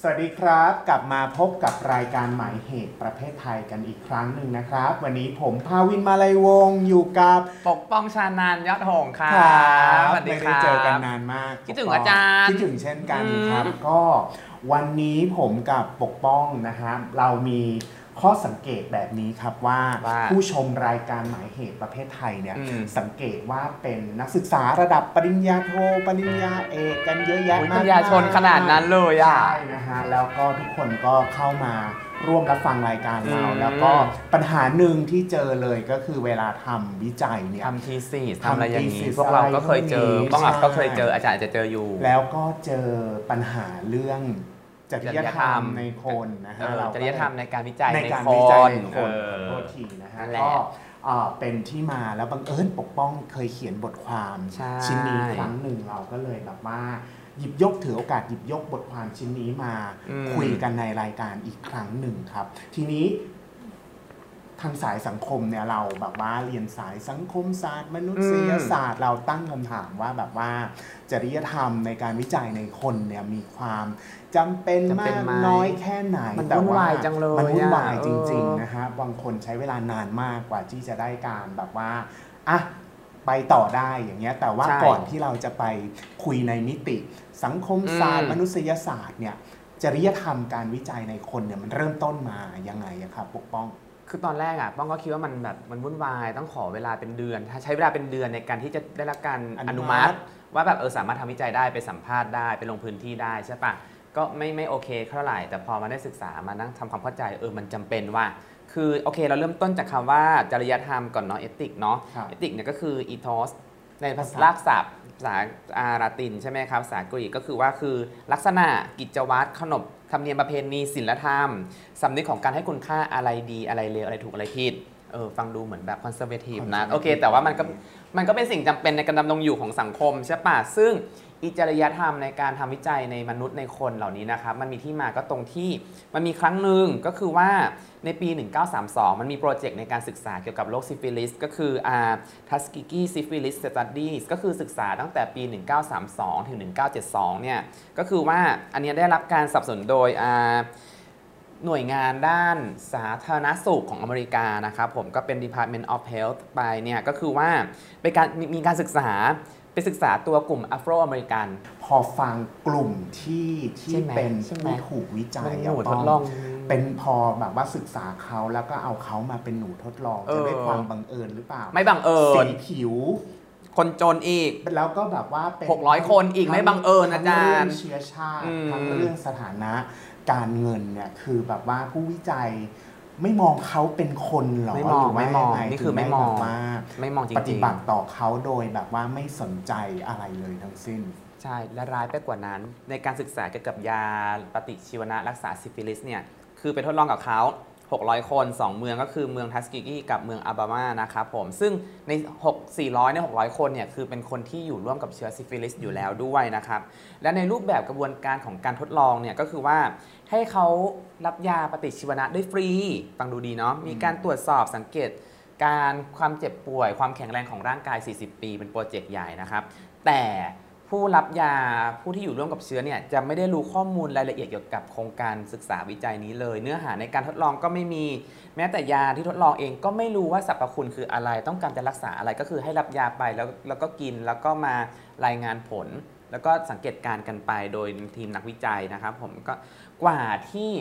สวัสดีครับกลับมาพบกับรายการหมายเหตุประเภทไทยกันอีกครั้งหนึ่งนะครับวันนี้ผมภาวินมาลัยวงศ์อยู่กับปกป้องชานานยอดหงส์ครับสวัสดีครับไม่ได้เจอกันนานมากคิดถึงอาจารย์คิดถึงเช่นกันครับก็วันนี้ผมกับปกป้องนะฮะเรามีข้อสังเกตแบบนี้ครับว่าผู้ชมรายการหมายเหตุประเภทไทยเนี่ยสังเกตว่าเป็นนักศึกษาระดับปริญญาโทปริญญาเอกกันเยอะแยะมากปริญญาชนขนาดนั้นเลยอ่ะใช่นะฮะแล้วก็ทุกคนก็เข้ามาร่วมรับฟังรายการเราแล้วก็ปัญหาหนึ่งที่เจอเลยก็คือเวลาทำวิจัยเนี่ยทำทีซีทำอะไรอย่างนี้พวกเราก็เคยเจอป้องอับก็เคยเจออาจารย์จะเจออยู่แล้วก็เจอปัญหาเรื่องจริยธรรมในคนนะฮะจริยธรรมในการวิจัยในคนโทษทีนะฮะก็เป็นที่มาแล้วบังเอิญปกป้องเคยเขียนบทความชิ้นนี้ครั้งหนึ่งเราก็เลยแบบว่าหยิบยกถือโอกาสหยิบยกบทความชิ้นนี้มาคุยกันในรายการอีกครั้งหนึ่งครับทีนี้ทางสายสังคมเนี่ยเราแบบว่าเรียนสายสังคมศาสตร์มนุษยศาสตร์เราตั้งคำถามว่าแบบว่าจริยธรรมในการวิจัยในคนเนี่ยมีความจำเป็นมากน้อยแค่ไหนแต่ว่ามันวุ่นวายจริงๆนะฮะบางคนใช้เวลานานมากกว่าที่จะได้การแบบว่าอ่ะไปต่อได้อย่างเงี้ยแต่ว่าก่อนที่เราจะไปคุยในมิติสังคมศาสตร์มนุษยศาสตร์เนี่ยจริยธรรมการวิจัยในคนเนี่ยมันเริ่มต้นมายังไงครับปกป้องคือตอนแรกอ่ะป้องก็คิดว่ามันวุ่นวายต้องขอเวลาเป็นเดือนถ้าใช้เวลาเป็นเดือนในการที่จะได้รับการอนุมัติว่าแบบสามารถทำวิจัยได้ไปสัมภาษณ์ได้ไปลงพื้นที่ได้ใช่ปะก็ไม่โอเคเท่าไหร่แต่พอมาได้ศึกษามานั่งทำความเข้าใจมันจำเป็นว่าคือโอเคเราเริ่มต้นจากคำว่าจริยธรรมก่อนเนาะเอติกเนาะเอติกเนี่ยก็คืออีโทสในภาษารากศัพท์ภาษาลาตินใช่ไหมครับภาษากรีกก็คือว่าคือลักษณะกิจวัตรขนบธรรมเนียมประเพณีศีลธรรมสำนึกของการให้คุณค่าอะไรดีอะไรเลวอะไรถูกอะไรผิดฟังดูเหมือนแบบคอนเซอร์เวทีฟนะโอเคแต่ว่ามันก็เป็นสิ่งจำเป็นในการดำรงอยู่ของสังคมใช่ปะซึ่งจริยธรรมในการทำวิจัยในมนุษย์ในคนเหล่านี้นะครับมันมีที่มาก็ตรงที่มันมีครั้งหนึ่งก็คือว่าในปี 1932 มันมีโปรเจกต์ในการศึกษาเกี่ยวกับโรคซิฟิลิสก็คือTuskegee Syphilis Studies ก็คือศึกษาตั้งแต่ปี 1932 ถึง 1972 เนี่ยก็คือว่าอันนี้ได้รับการสนับสนุนโดยหน่วยงานด้านสาธารณสุขของอเมริกานะครับผมก็เป็น Department of Health ไปเนี่ยก็คือว่ามีการศึกษาไปศึกษาตัวกลุ่ม Afro อเมริกันพอฟังกลุ่มที่เป็นผู้ถูกวิจัยหนูทดลองเป็นพอแบบว่าศึกษาเขาแล้วก็เอาเขามาเป็นหนูทดลองจะได้ความบังเอิญหรือเปล่าไม่บังเอิญสีผิวคนจนอีกแล้วก็แบบว่าเป็น 600 คนอีกไม่บังเอิญอาจารย์เชื้อชาติทั้งเรื่องสถานะการเงินเนี่ยคือแบบว่าผู้วิจัยไม่มองเขาเป็นคนหรอไม่มองนี่คือไม่มองว่าไม่มองจริงๆปฏิบัติต่อเขาโดยแบบว่าไม่สนใจอะไรเลยทั้งสิ้นใช่และร้ายไปกว่านั้นในการศึกษาเกี่ยวกับยาปฏิชีวนะรักษาซิฟิลิสเนี่ยคือไปทดลองกับเขา600 คน 2 เมืองก็คือเมืองทัสกิกี้กับเมืองอาบามานะครับผมซึ่งใน400 ใน 600 คนเนี่ยคือเป็นคนที่อยู่ร่วมกับเชื้อซิฟิลิสอยู่แล้วด้วยนะครับและในรูปแบบกระบวนการของการทดลองเนี่ยก็คือว่าให้เขารับยาปฏิชีวนะได้ฟรีฟังดูดีเนาะมีการตรวจสอบสังเกตการความเจ็บป่วยความแข็งแรงของร่างกาย40 ปีเป็นโปรเจกต์ใหญ่นะครับแต่ผู้รับยาผู้ที่อยู่ร่วมกับเชื้อเนี่ยจะไม่ได้รู้ข้อมูลรายละเอียดเกี่ยวกับโครงการศึกษาวิจัยนี้เลยเนื้อหาในการทดลองก็ไม่มีแม้แต่ยาที่ทดลองเองก็ไม่รู้ว่าสรรพคุณคืออะไรต้องการจะรักษาอะไรก็คือให้รับยาไปแล้วก็กินแล้วก็มารายงานผลแล้วก็สังเกตการณ์กันไปโดยทีมนักวิจัยนะครับผมก็กว่าที่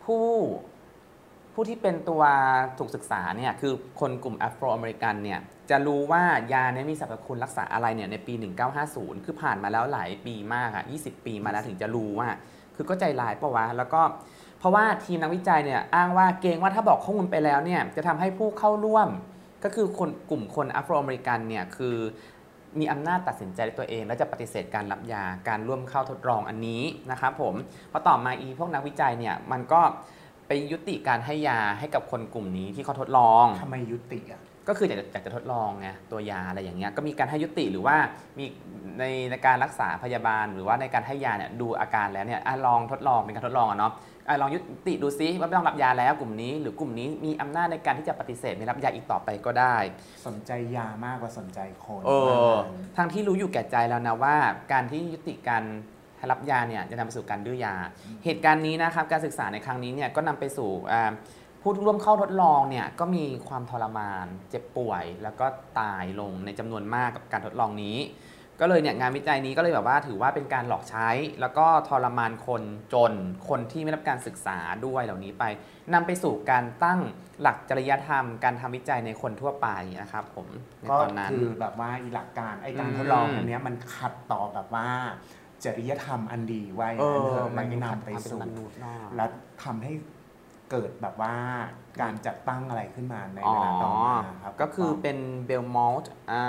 ผู้ที่เป็นตัวถูกศึกษาเนี่ยคือคนกลุ่มแอฟโรอเมริกันเนี่ยจะรู้ว่ายาเนี่ยมีสรรพคุณรักษาอะไรเนี่ยในปี 1950 คือผ่านมาแล้วหลายปีมากอะ20 ปีมาแล้วถึงจะรู้ว่าคือก็ใจร้ายปะวะแล้วก็เพราะว่าทีมนักวิจัยเนี่ยอ้างว่าเกรงว่าถ้าบอกข้อมูลไปแล้วเนี่ยจะทำให้ผู้เข้าร่วมก็คือกลุ่มคนแอฟโรอเมริกันเนี่ยคือมีอำนาจตัดสินใจด้วยตัวเองและจะปฏิเสธการรับยาการร่วมเข้าทดลองอันนี้นะครับผมพอต่อมาพวกนักวิจัยเนี่ยมันก็ไปยุติการให้ยาให้กับคนกลุ่มนี้ที่เขาทดลองทำไมยุติอ่ะก็คืออยากจะทดลองไงตัวยาอะไรอย่างเงี้ยก็มีการให้ยุติหรือว่ามีในการรักษาพยาบาลหรือว่าในการให้ยาเนี่ยดูอาการแล้วเนี่ยลองทดลองเป็นการทดลองเนาะลองยุติดูซิว่าไม่ต้องรับยาแล้วกลุ่มนี้หรือกลุ่มนี้มีอำนาจในการที่จะปฏิเสธไม่รับยาอีกต่อไปก็ได้สนใจยามากกว่าสนใจคนทั้งที่รู้อยู่แก่ใจแล้วนะว่าการที่ยุติการใถ้ารับยาเนี่ยจะนำไปสู่การดื้อยาเหตุการณ์นี้นะครับการศึกษาในครั้งนี้เนี่ยก็นำไปสู่ผู้ร่วมเข้าทดลองเนี่ยก็มีความทรมานเจ็บป่วยแล้วก็ตายลงในจำนวนมากกับการทดลองนี้ก็เลยเนี่ยงานวิจัยนี้ก็เลยแบบว่าถือว่าเป็นการหลอกใช้แล้วก็ทรมานคนจนคนที่ไม่รับการศึกษาด้วยเหล่านี้ไปนำไปสู่การตั้งหลักจริยธรรมการทำวิจัยในคนทั่วไปนะครับผมในตอนนั้นก็คือแบบว่าหลักการการทดลองอันนี้มันขัดต่อแบบว่าจริยธรรมอันดีไว้มันนำไปสู่และทำให้เกิดแบบว่าการจัดตั้งอะไรขึ้นมาในเวลาต่อมาครับก็คือเป็น Belmont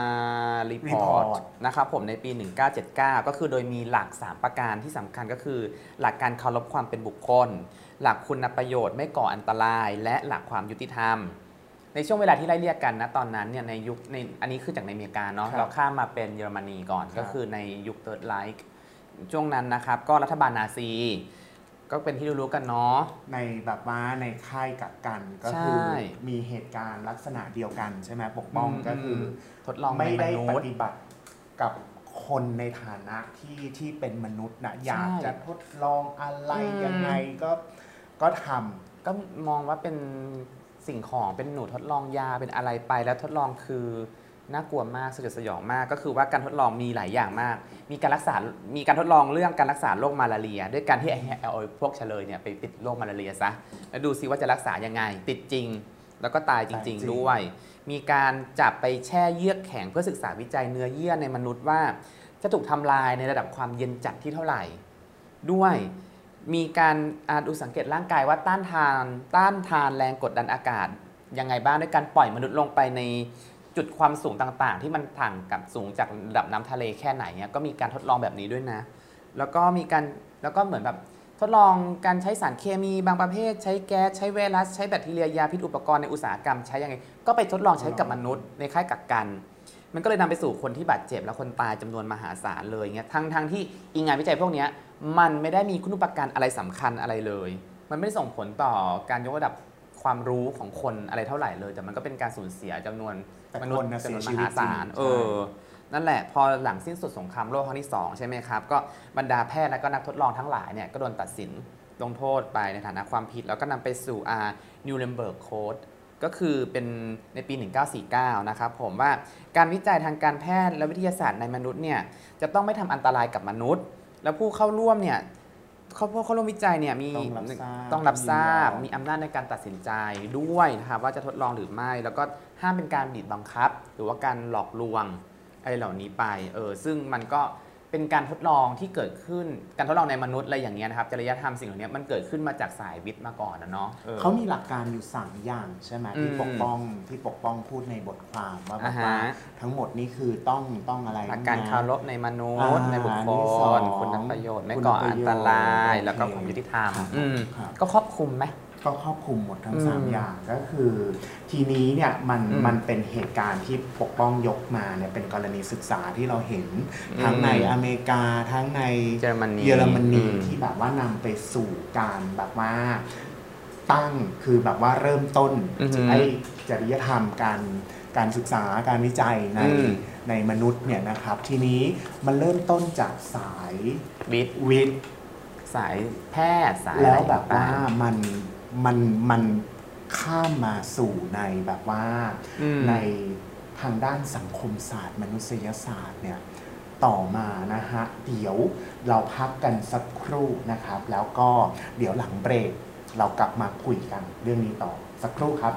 Report นะครับผมในปี 1979 ก็คือโดยมีหลัก 3 ประการที่สำคัญก็คือหลักการเคารพความเป็นบุคคลหลักคุณประโยชน์ไม่ก่ออันตรายและหลักความยุติธรรมในช่วงเวลาที่ไล่เรียกกันนะตอนนั้นเนี่ยในยุคในอันนี้คือจากในอเมริกาเนาะเราข้ามมาเป็นเยอรมนีก่อนก็คือในยุค Third Reich ช่วงนั้นนะครับก็รัฐบาลนาซีก็เป็นที่รู้กันเนาะในแบบว่าในค่ายกักกันก็คือมีเหตุการณ์ลักษณะเดียวกันใช่ไหมปกป้องก็คือทดลองไม่ได้ปฏิบัติกับคนในฐานะที่เป็นมนุษย์นะอยากจะทดลองอะไรยังไงก็ทำก็มองว่าเป็นสิ่งของเป็นหนูทดลองยาเป็นอะไรไปแล้วทดลองคือน่ากลัวมากสยดสยองมากก็คือว่าการทดลองมีหลายอย่างมากมีการทดลองเรื่องการรักษาโรคมาลาเรียด้วยการที่เอาพวกเฉลยเนี่ยไปติดโรคมาลาเรียซะแล้วดูซิว่าจะรักษายังไงติดจริงแล้วก็ตายจริงๆด้วยมีการจับไปแช่เยือกแข็งเพื่อศึกษาวิจัยเนื้อเยื่อในมนุษย์ว่าจะถูกทำลายในระดับความเย็นจัดที่เท่าไหร่ด้วยมีการดูสังเกตร่างกายว่าต้านทานแรงกดดันอากาศยังไงบ้างด้วยการปล่อยมนุษย์ลงไปในจุดความสูงต่างๆที่มันต่างกับสูงจากระดับน้ำทะเลแค่ไหนเนี่ยก็มีการทดลองแบบนี้ด้วยนะแล้วก็เหมือนแบบทดลองการใช้สารเคมีบางประเภทใช้แก๊สใช้ไวรัสใช้แบคทีเรียยาพิษอุปกรณ์ในอุตสาหกรรมใช้ยังไงก็ไปทดลองใช้กับมนุษย์ในค่ายกักกันมันก็เลยนำไปสู่คนที่บาดเจ็บและคนตายจำนวนมหาศาลเลยเงี้ยทั้งที่งานวิจัยพวกนี้มันไม่ได้มีคุณอุปการอะไรสำคัญอะไรเลยมันไม่ได้ส่งผลต่อการยกระดับความรู้ของคนอะไรเท่าไหร่เลยแต่มันก็เป็นการสูญเสียจำนวนมนุษย์จำนวนมหาศาลนั่นแหละพอหลังสิ้นสุดสงครามโลกครั้งที่2ใช่ไหมครับก็บรรดาแพทย์และก็นักทดลองทั้งหลายเนี่ยก็โดนตัดสินลงโทษไปในฐานะความผิดแล้วก็นำไปสู่Nuremberg Code ก็คือเป็นในปี 1949 นะครับผมว่าการวิจัยทางการแพทย์และวิทยาศาสตร์ในมนุษย์เนี่ยจะต้องไม่ทำอันตรายกับมนุษย์แล้วผู้เข้าร่วมเนี่ยเขาร่วมวิจัยเนี่ยต้องรับทราบมีอำนาจในการตัดสินใจด้วยนะครับว่าจะทดลองหรือไม่แล้วก็ห้ามเป็นการบีบบังคับหรือว่าการหลอกลวงอะไรเหล่านี้ไปซึ่งมันก็เป็นการทดลองที่เกิดขึ้นการทดลองในมนุษย์อะไรอย่างเงี้ยนะครับจริยธรรมสิ่งเหล่านี้มันเกิดขึ้นมาจากสายวิทย์มาก่อนนะเนาะเขามีหลักการอยู่3อย่างใช่ไหมที่ปกป้องพูดในบทความว่าทั้งหมดนี้คือต้องอะไรหลักการเคารพในมนุษย์ในบุคคลคุณประโยชน์ไม่ก่ออันตรายแล้วก็ความยุติธรรมก็ครอบคลุมไหมก็ครอบคลุมหมดทั้ง3อย่างก็คือทีนี้เนี่ยมันเป็นเหตุการณ์ที่ปกป้องยกมาเนี่ยเป็นกรณีศึกษาที่เราเห็นทั้งในอเมริกาทั้งในเยอรมนีที่แบบว่านำไปสู่การแบบว่าตั้งคือแบบว่าเริ่มต้นไอ้จริยธรรมการศึกษาการวิจัยในมนุษย์เนี่ยนะครับทีนี้มันเริ่มต้นจากสายวิทย์สายแพทย์สายแล้วแบบว่ามันข้ามมาสู่ในแบบว่าในทางด้านสังคมศาสตร์มนุษยศาสตร์เนี่ยต่อมานะฮะเดี๋ยวเราพักกันสักครู่นะครับแล้วก็เดี๋ยวหลังเบรกเรากลับมาคุยกันเรื่องนี้ต่อสักครู่ครับ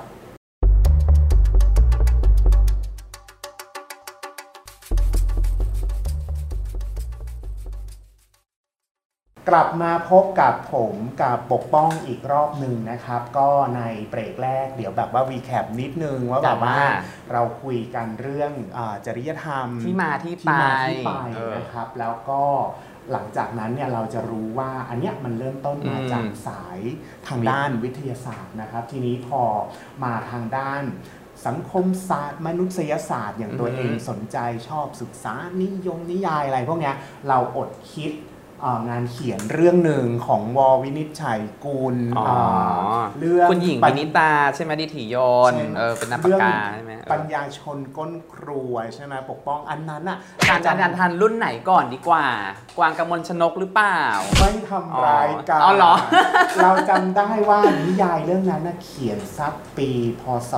กลับมาพบกับผมกับปกป้องอีกรอบหนึ่งนะครับก็ในเบรกแรกเดี๋ยวแบบว่าวีแคปนิดนึงว่าแบบว่าเราคุยกันเรื่องจริยธรรมที่มาที่ไปนะครับแล้วก็หลังจากนั้นเนี่ยเราจะรู้ว่าอันเนี้ยมันเริ่มต้นมาจากสายทางด้านวิทยาศาสตร์นะครับทีนี้พอมาทางด้านสังคมศาสตร์มนุษยศาสตร์อย่างตัวเองสนใจชอบศึกษานิยายอะไรพวกนี้เราอดคิดงานเขียนเรื่องหนึ่งของววินิจฉัยกุลเรื่องคุณหญิงวินิตาใช่ไหมดิถิยนเป็นนักปากกาใช่ไหมปัญญาชนก้นครัวใช่ไหมปกป้องอันนั้นอ่ะอาจารย์ทันรุ่นไหนก่อนดีกว่ากวางกมลชนกหรือเปล่าไม่ทำร้ายกันเหรอเราจำได้ว่านิยายเรื่องนั้นเขียนซับปีพศ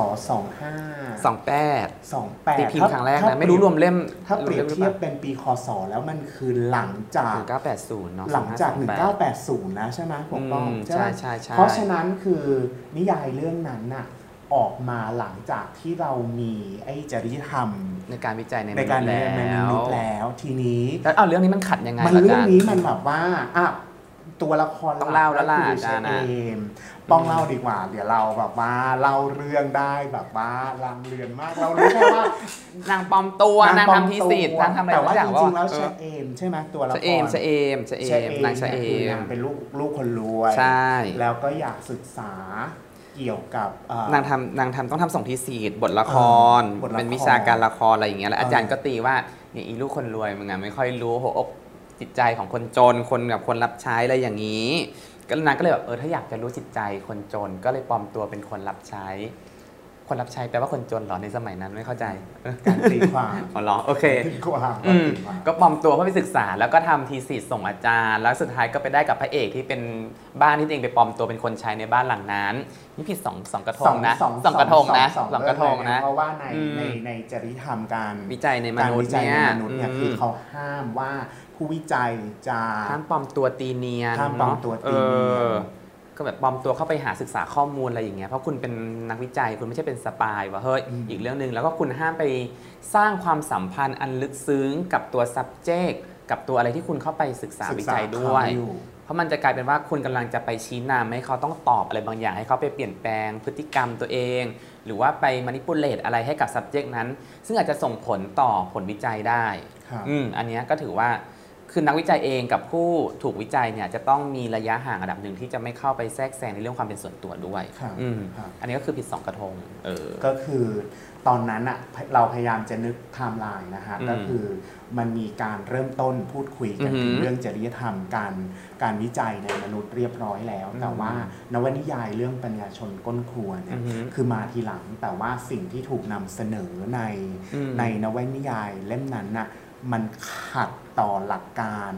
28 ตีพิมพ์ครั้งแรกนะไม่รู้รวมเล่มถ้าเปรียบเทียบเป็นปีคศแล้วมันคือหลังจาก 1980เนาะหลังจาก1980นะใช่ไหมปกป้องใช่เพราะฉะนั้นคือนิยายเรื่องนั้นน่ะออกมาหลังจากที่เรามีไอ้จริยธรรมในการวิจัยในมนุษย์แล้วทีนี้แล้วเรื่องนี้มันขัดยังไงมันเรื่องนี้มันแบบว่าตัวละครต้องเล่าแล้วล่ะต้องเล่าดีกว่าเดี๋ยวเราแบบว่าเล่าเรื่องได้แบบว่าลังเลือนมากเรารู้แค่ว่านางปลอมตัวนางทำทีสิทธิ์นางทำอะไรแต่ว่าจริงๆแล้วเชเอมใช่ไหมตัวละครเชเอมนางเชเอมเป็นลูกคนรวยใช่แล้วก็อยากศึกษาเกี่ยวกับนางทำต้องทำส่งทีสิทธิ์บทละครเป็นวิชาการละครอะไรอย่างเงี้ยแล้วอาจารย์ก็ตีว่าเนี่ยอีลูกคนรวยมึงไม่ค่อยรู้หัวอกจิตใจของคนจนคนแบบคนรับใช้อะไรอย่างนี้ก็นางก็เลยแบบถ้าอยากจะรู้จิตใจคนจนก็เลยปลอมตัวเป็นคนรับใช้คนรับใช้แปลว่าคนจนหรอในสมัยนั้นไม่เข้าใจการตีความหรอโอเคก็ปลอมตัวเพื่อไปศึกษาแล้วก็ทำทีสิทธิ์ส่งอาจารย์แล้วสุดท้ายก็ไปได้กับพระเอกที่เป็นบ้านที่ตัวเองไปปลอมตัวเป็นคนใช้ในบ้านหลังนั้นนี่ผิดสองกระทงนะสองกระทงนะเพราะว่าในจริยธรรมการวิจัยในมนุษย์เนี่ยคือเขาห้ามว่าผู้วิจัยจะห้ามปลอมตัวตีเนียนห้ามปลอมตัวตีเนียนก็แบบปลอมตัวเข้าไปหาศึกษาข้อมูลอะไรอย่างเงี้ยเพราะคุณเป็นนักวิจัยคุณไม่ใช่เป็นสปายว่าเฮ้ยอีกเรื่องนึงแล้วก็คุณห้ามไปสร้างความสัมพันธ์อันลึกซึ้งกับตัว subject กับตัวอะไรที่คุณเข้าไปศึกษาวิจัยด้วยเพราะมันจะกลายเป็นว่าคุณกำลังจะไปชี้นำให้เขาต้องตอบอะไรบางอย่างให้เขาไปเปลี่ยนแปลงพฤติกรรมตัวเองหรือว่าไป manipulate อะไรให้กับ subject นั้นซึ่งอาจจะส่งผลต่อผลวิจัยได้อันนี้ก็ถือว่าคือนักวิจัยเองกับผู้ถูกวิจัยเนี่ยจะต้องมีระยะห่างระดับหนึ่งที่จะไม่เข้าไปแทรกแซงในเรื่องความเป็นส่วนตัวด้วยอันนี้ก็คือผิด2กระทงก็คือตอนนั้นเราพยายามจะนึกไทม์ไลน์นะฮะก็คือมันมีการเริ่มต้นพูดคุยกันถึงเรื่องจริยธรรมการวิจัยในมนุษย์เรียบร้อยแล้วแต่ว่านวนิยายเรื่องปัญญาชนก้นครัวเนี่ยคือมาทีหลังแต่ว่าสิ่งที่ถูกนำเสนอในนวนิยายเล่มนั้นน่ะมันขัดต่อหลักการ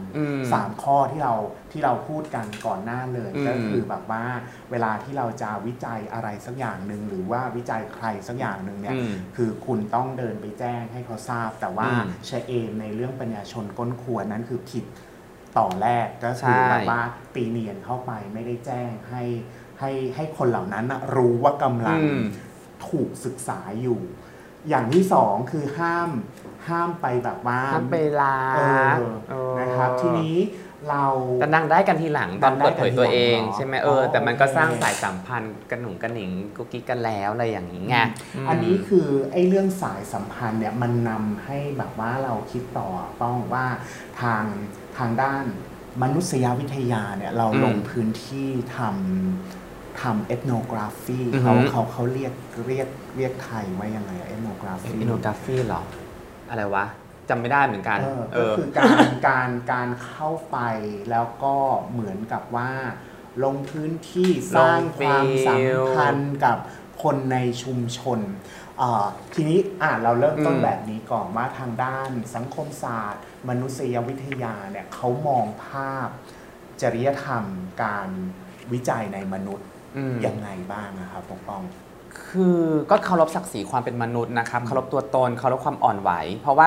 3ข้อที่เราพูดกันก่อนหน้าเลยก็คือแบบว่าเวลาที่เราจะวิจัยอะไรสักอย่างหนึ่งหรือว่าวิจัยใครสักอย่างหนึ่งเนี่ยคือคุณต้องเดินไปแจ้งให้เขาทราบแต่ว่าเชเอมในเรื่องปัญญาชนก้นครัวนั้นคือผิดต่อแรกก็คือแบบว่าตีเนียนเข้าไปไม่ได้แจ้งให้คนเหล่านั้นรู้ว่ากำลังถูกศึกษาอยู่อย่างที่สองคือห้ามไปแบบว่าห้ามไปลานะครับทีนี้เราแต่นั่งได้กันทีหลังตอนเปิดเผยตัวเองใช่ไหมแต่มันก็สร้างสายสัมพันธ์กันหนุ่งกันหนิงกุ๊กกิ๊กกันแล้วอะไรอย่างนี้ไงอันนี้คือไอ้เรื่องสายสัมพันธ์เนี่ยมันนำให้แบบว่าเราคิดต่อต้องว่าทางด้านมนุษยวิทยาเนี่ยเราลงพื้นที่ทำเอทโนกราฟีเขาเรียกไทยว่ายังไงเอทโนกราฟีหรออะไรวะจำไม่ได้เหมือนกันก็คือการเข้าไปแล้วก็เหมือนกับว่าลงพื้นที่สร้างความสัมพันธ์กับคนในชุมชนทีนี้เราเริ่มต้นแบบนี้ก่อนว่าทางด้านสังคมศาสตร์มนุษยวิทยาเนี่ยเขามองภาพจริยธรรมการวิจัยในมนุษย์ยังไงบ้างนะครับปกป้องคือก็เคารพศักดิ์ศรีความเป็นมนุษย์นะครับเคารพตัวตนเคารพความอ่อนไหวเพราะว่า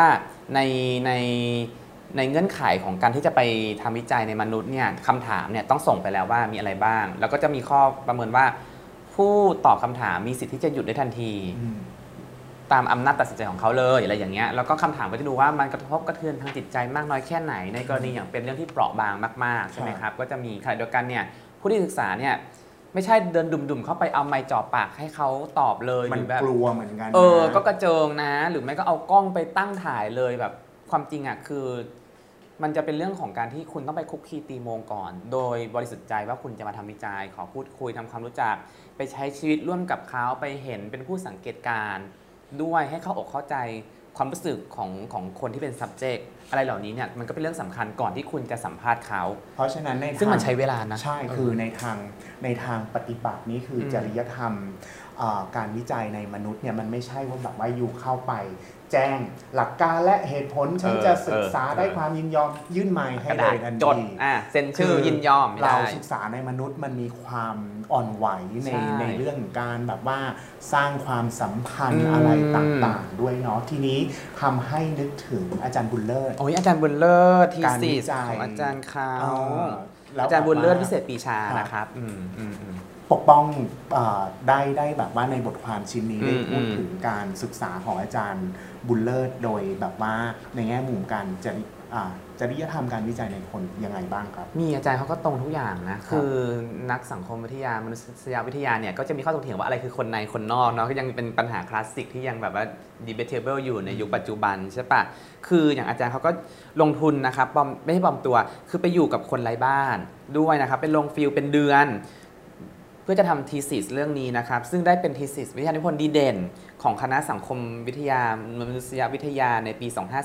ในเงื่อนไขของการที่จะไปทำวิจัยในมนุษย์เนี่ยคำถามเนี่ยต้องส่งไปแล้วว่ามีอะไรบ้างแล้วก็จะมีข้อประเมินว่าผู้ตอบคำถามมีสิทธิ์ที่จะหยุดได้ทันทีตามอำนาจตัดสินใจของเขาเลยอะไรอย่างเงี้ยแล้วก็คำถามก็จะดูว่ามันกระทบกระเทือนทางจิตใจมากน้อยแค่ไหนในกรณีอย่างเป็นเรื่องที่เปราะบางมากๆใช่ไหมครับก็จะมีขณะเดียวกันเนี่ยผู้ที่ศึกษาเนี่ยไม่ใช่เดินดุ่มๆเข้าไปเอาไมค์จ่อปากให้เขาตอบเลยมันกลัวเหมือนกันก็กระเจิงนะหรือไม่ก็เอากล้องไปตั้งถ่ายเลยแบบความจริงคือมันจะเป็นเรื่องของการที่คุณต้องไปคุกคีตีโมงก่อนโดยบริสุทธิ์ใจว่าคุณจะมาทำวิจัยขอพูดคุยทำความรู้จักไปใช้ชีวิตร่วมกับเขาไปเห็นเป็นผู้สังเกตการณ์ด้วยให้เข้าอกเข้าใจความรู้สึกของคนที่เป็น subject อะไรเหล่านี้เนี่ยมันก็เป็นเรื่องสำคัญก่อนที่คุณจะสัมภาษณ์เขาเพราะฉะนั้นซึ่งมันใช้เวลานะใช่คือในทางปฏิบัตินี้คือจริยธรรมการวิจัยในมนุษย์เนี่ยมันไม่ใช่ว่าแบบว่าอยู่เข้าไปแจ้งหลักการและเหตุผลฉันจะศึกษาได้ความยินยอมยื่นไมค์ให้เลยทันทีเซ็นชื่อยินยอมเราศึกษาในมนุษย์มันมีความอ่อนไหวในเรื่องการแบบว่าสร้างความสัมพันธ์อะไรต่างๆด้วยเนาะทีนี้ทำให้นึกถึงอาจารย์บุญเลิศอาจารย์บุญเลิศทีสิสของอาจารย์เขาอาจารย์บุญเลิศพิเศษปีชานะครับปกป้องได้แบบว่าในบทความชิ้นนี้ได้พูดถึงการศึกษาของอาจารย์บุญเลิศโดยแบบว่าในแง่มุมการจริยธรรมการวิจัยในคนยังไงบ้างครับมีอาจารย์เขาก็ตรงทุกอย่างนะคือนักสังคมวิทยามนุษยวิทยาเนี่ยก็จะมีข้อถกเถียงว่าอะไรคือคนในคนนอกเนาะก็ยังเป็นปัญหาคลาสสิกที่ยังแบบว่า debatable อยู่ในยุคปัจจุบันใช่ปะคืออย่างอาจารย์เขาก็ลงทุนนะครับไม่ใช่ปลอมตัวคือไปอยู่กับคนไร้บ้านด้วยนะครับเป็นลงฟิลเป็นเดือนเพื่อจะทำทีสิสเรื่องนี้นะครับซึ่งได้เป็นทีสิสวิทยานิพนธ์ดีเด่นของคณะสังคมวิทยามนุษยวิทยาในปี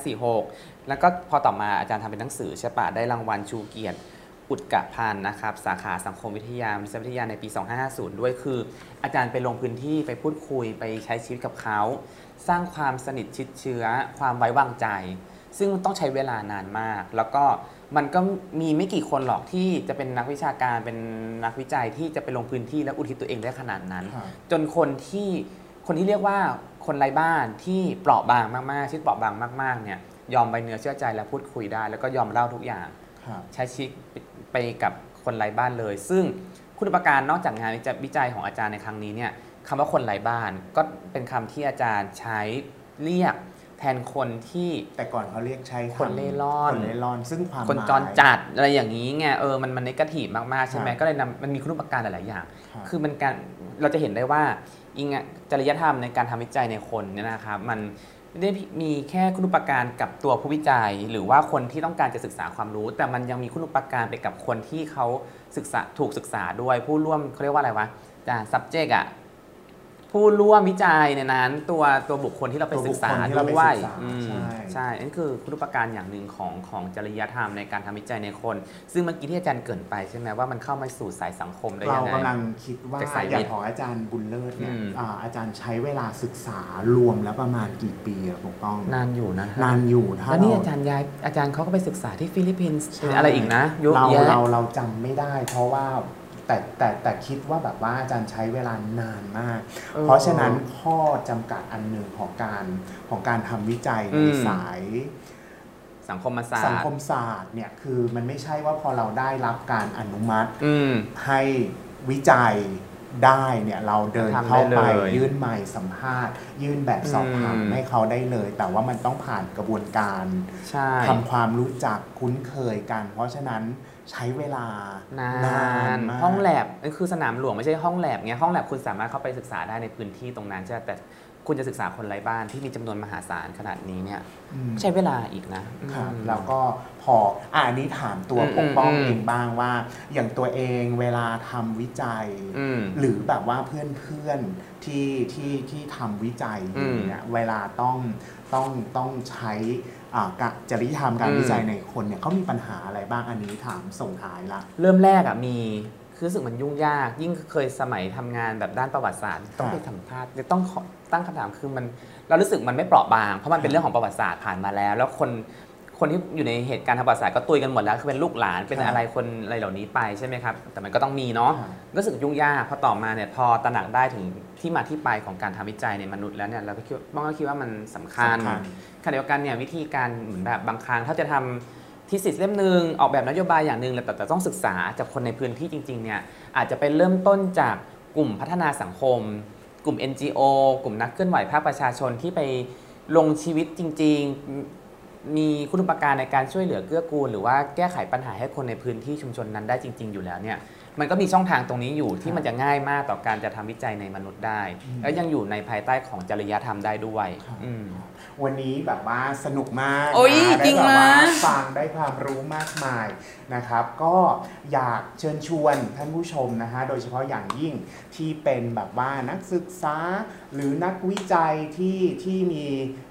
2546 แล้วก็พอต่อมาอาจารย์ทำเป็นหนังสือใช่ปะได้รางวัลชูเกียรติอุตกพันธ์นะครับสาขาสังคมวิทยามนุษยวิทยาในปี 2550 ด้วยคืออาจารย์ไปลงพื้นที่ไปพูดคุยไปใช้ชีวิตกับเขาสร้างความสนิทชิดเชื้อความไว้วางใจซึ่งต้องใช้เวลานานมากแล้วก็มันก็มีไม่กี่คนหรอกที่จะเป็นนักวิชาการเป็นนักวิจัยที่จะไปลงพื้นที่และอุทิศตัวเองได้ขนาดนั้นจนคนที่เรียกว่าคนไร้บ้านที่เปราะบางมากๆชีวิตเปราะบางมากๆเนี่ยยอมไปเนื้อเชื่อใจและพูดคุยได้แล้วก็ยอมเล่าทุกอย่างใช้ชีวิตไปกับคนไร้บ้านเลยซึ่งคุณอุปการนอกจากงานวิจัยของอาจารย์ในครั้งนี้เนี่ยคำว่าคนไร้บ้านก็เป็นคำที่อาจารย์ใช้เรียกแทนคนที่แต่ก่อนเขาเรียกใช้คนเล่ร่อนซึ่งความคนจรจัดอะไรอย่างนี้ไงมันเนกาทีฟมากๆใช่ไหมก็เลยมันมีคุณอุปการหลายๆอย่างคือมันการเราจะเห็นได้ว่าจริยธรรมในการทำวิจัยในคนเนี่ยนะครับมันไม่ได้มีแค่คุณอุปการกับตัวผู้วิจัยหรือว่าคนที่ต้องการจะศึกษาความรู้แต่มันยังมีคุณอุปการไปกับคนที่เขาถูกศึกษาด้วยผู้ร่วมเขาเรียกว่าอะไรวะsubject อ่ะผู้ร่วมวิจัยในนั้นตัวบุคคลที่เราไปศึกษาด้วยใช่นั่นคือคุณอุปการอย่างหนึ่งของจริยธรรมในการทำวิจัยในคนซึ่งเมื่อกี้ที่อาจารย์เกริ่นไปใช่ไหมว่ามันเข้ามาสู่สายสังคมได้ยังไงเรากำลังคิดว่าอย่างของอาจารย์บุญเลิศเนี่ยอาจารย์ใช้เวลาศึกษารวมแล้วประมาณกี่ปีอะถูกต้องนานอยู่นะนานอยู่แล้วนี่อาจารย์เขาก็ไปศึกษาที่ฟิลิปปินส์อะไรอีกนะเราจำไม่ได้เพราะว่าแต่คิดว่าแบบว่าอาจารย์ใช้เวลานานมากเพราะฉะนั้นข้อจำกัดอันหนึ่งของการทำวิจัยในสายสังคมศาสตร์เนี่ยคือมันไม่ใช่ว่าพอเราได้รับการอนุมัติให้วิจัยได้เนี่ยเราเดินเข้าไปยื่นไมค์สัมภาษณ์ยื่นแบบสอบถามให้เขาได้เลยแต่ว่ามันต้องผ่านกระบวนการทำความรู้จักคุ้นเคยกันเพราะฉะนั้นใช้เวลานานห้องแลบนี่คือสนามหลวงไม่ใช่ห้องแลบไงห้องแลบคุณสามารถเข้าไปศึกษาได้ในพื้นที่ตรงนั้นใช่แต่คุณจะศึกษาคนไร้บ้านที่มีจำนวนมหาศาลขนาดนี้เนี่ยใช้เวลาอีกนะครับแล้วก็พออันนี้ถามตัวปกป้องเองบ้างว่าอย่างตัวเองเวลาทำวิจัยหรือแบบว่าเพื่อนๆที่ทำวิจัยเนี่ยเวลาต้องใช้จริยธรรมการวิจัยในคนเนี่ยเขามีปัญหาอะไรบ้างอันนี้ถามส่งท้ายละเริ่มแรกมีคือรู้สึกมันยุ่งยากยิ่งเคยสมัยทำงานแบบด้านประวัติศาสตร์ต้องไปสัมภาษณ์จะต้องตั้งคำถามคือมันเรารู้สึกมันไม่เปราะบางเพราะมันเป็นเรื่องของประวัติศาสตร์ผ่านมาแล้วคนที่อยู่ในเหตุการณ์ทางประวัติศาสตร์ก็ตุยกันหมดแล้วคือเป็นลูกหลานเป็นอะไรคนอะไรเหล่านี้ไปใช่ไหมครับแต่มันก็ต้องมีเนาะรู้สึกยุ่งยากพอต่อมาเนี่ยพอตระหนักได้ถึงที่มาที่ไปของการทำวิจัยในมนุษย์แล้วเนี่ยเราก็คิดว่ามันสำคัญขณะเดียวกันเนี่ยวิธีการเหมือนแบบบางครั้งถ้าจะทำทีสิสเล่มหนึ่งออกแบบนโยบายอย่างหนึ่งแต่ต้องศึกษาจากคนในพื้นที่จริงๆเนี่ยอาจจะไปเริ่มต้นจากกลุ่มพัฒนาสังคมกลุ่ม NGO กลุ่มนักเคลื่อนไหวภาคประชาชนที่ไปลงชีวิตจริงๆมีคุณอุปการในการช่วยเหลือเกื้อกูลหรือว่าแก้ไขปัญหาให้คนในพื้นที่ชุมชนนั้นได้จริงๆอยู่แล้วเนี่ยมันก็มีช่องทางตรงนี้อยู่ที่มันจะง่ายมากต่อการจะทำวิจัยในมนุษย์ได้และยังอยู่ในภายใต้ของจริยธรรมได้ด้วยวันนี้แบบว่าสนุกมากจริงนะฟังได้ความรู้มากมายนะครับก็อยากเชิญชวนท่านผู้ชมนะฮะโดยเฉพาะอย่างยิ่งที่เป็นแบบว่านักศึกษาหรือนักวิจัยที่มี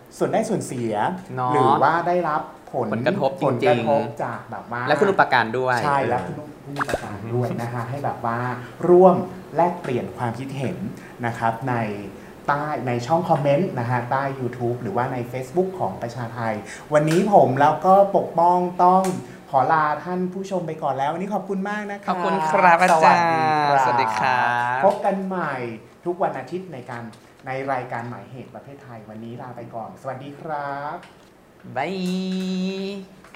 ส่วนได้ส่วนเสียเนาะหรือว่าได้รับผลกระทบจริงๆผลกระทบจากแบบว่าและคุณอุปการด้วยใช่และคุณผู้มีประการด้วยนะคะให้แบบว่าร่วมแลกเปลี่ยนความคิดเห็นนะครับในช่องคอมเมนต์นะฮะใต้ YouTube หรือว่าใน Facebook ของประชาไทยวันนี้ผมแล้วก็ปกป้องต้องขอลาท่านผู้ชมไปก่อนแล้ววันนี้ขอบคุณมากนะคะขอบคุณครับอาจารย์สวัสดีครับพบกันใหม่ทุกวันอาทิตย์ในรายการหมายเหตุประเทศไทยวันนี้ลาไปก่อนสวัสดีครับบาย